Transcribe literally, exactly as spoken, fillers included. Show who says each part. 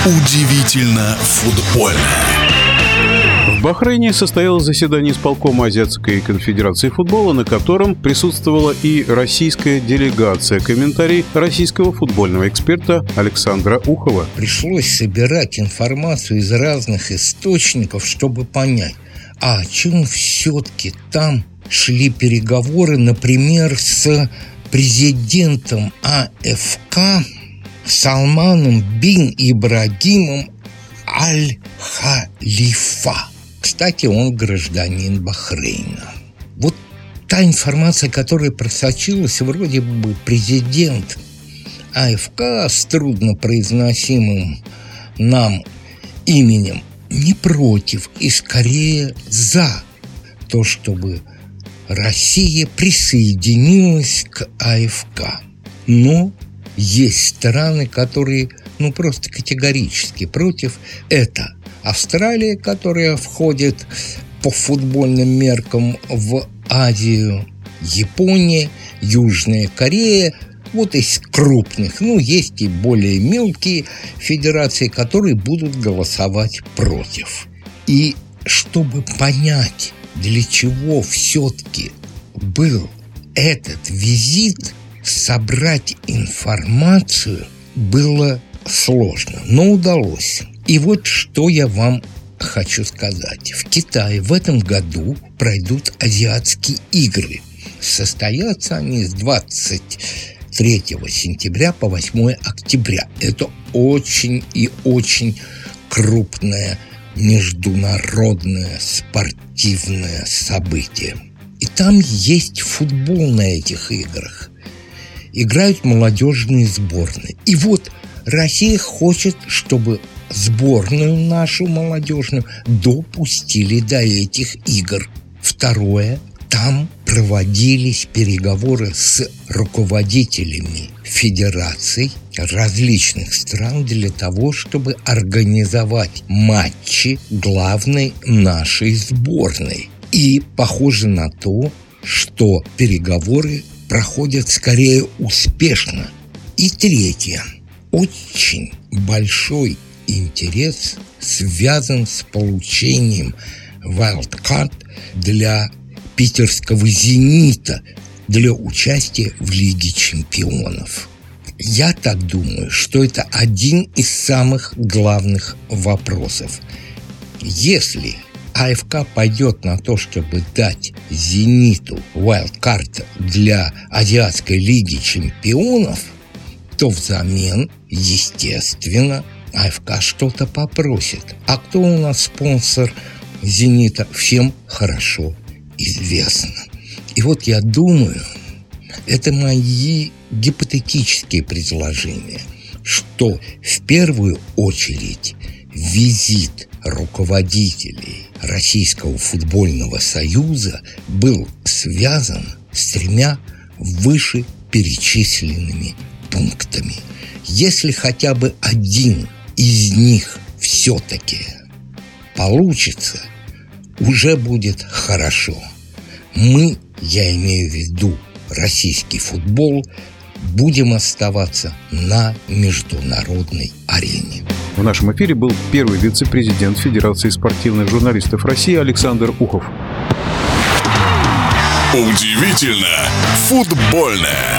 Speaker 1: Удивительно футбольно.
Speaker 2: В Бахрейне состоялось заседание исполкома Азиатской конфедерации футбола, на котором присутствовала и российская делегация. Комментарий российского футбольного эксперта Александра Ухова.
Speaker 3: Пришлось собирать информацию из разных источников, чтобы понять, а о чем все-таки там шли переговоры, например, с президентом АФК Салманом бин Ибрагимом Аль-Халифа. Кстати, он гражданин Бахрейна. Вот та информация, которая просочилась, вроде бы президент АФК с труднопроизносимым нам именем не против и скорее за то, чтобы Россия присоединилась к АФК. Но есть страны, которые ну просто категорически против. Это Австралия, которая входит по футбольным меркам в Азию, Япония, Южная Корея. Вот из крупных, ну, есть и более мелкие федерации, которые будут голосовать против. И чтобы понять, для чего все-таки был этот визит, собрать информацию было сложно, но удалось. И вот что я вам хочу сказать. В Китае в этом году пройдут азиатские игры. Состоятся они с двадцать третьего сентября по восьмое октября. Это очень и очень крупное международное спортивное событие. И там есть футбол на этих играх. Играют молодежные сборные. И вот Россия хочет, чтобы сборную нашу молодежную допустили до этих игр. Второе. Там проводились переговоры с руководителями федераций различных стран для того, чтобы организовать матчи главной нашей сборной. И похоже на то, что переговоры проходят скорее успешно. И третье. Очень большой интерес связан с получением wildcard для питерского «Зенита» для участия в Лиге чемпионов. Я так думаю, что это один из самых главных вопросов. Если АФК пойдет на то, чтобы дать «Зениту» wildcard для Азиатской Лиги чемпионов, то взамен, естественно, АФК что-то попросит. А кто у нас спонсор «Зенита», всем хорошо известно. И вот я думаю, это мои гипотетические предложения, что в первую очередь визит руководителей Российского футбольного союза был связан с тремя вышеперечисленными пунктами. Если хотя бы один из них все-таки получится, уже будет хорошо. Мы, я имею в виду российский футбол, будем оставаться на международной арене.
Speaker 2: В нашем эфире был первый вице-президент Федерации спортивных журналистов России Александр Ухов.
Speaker 1: Удивительно футбольное.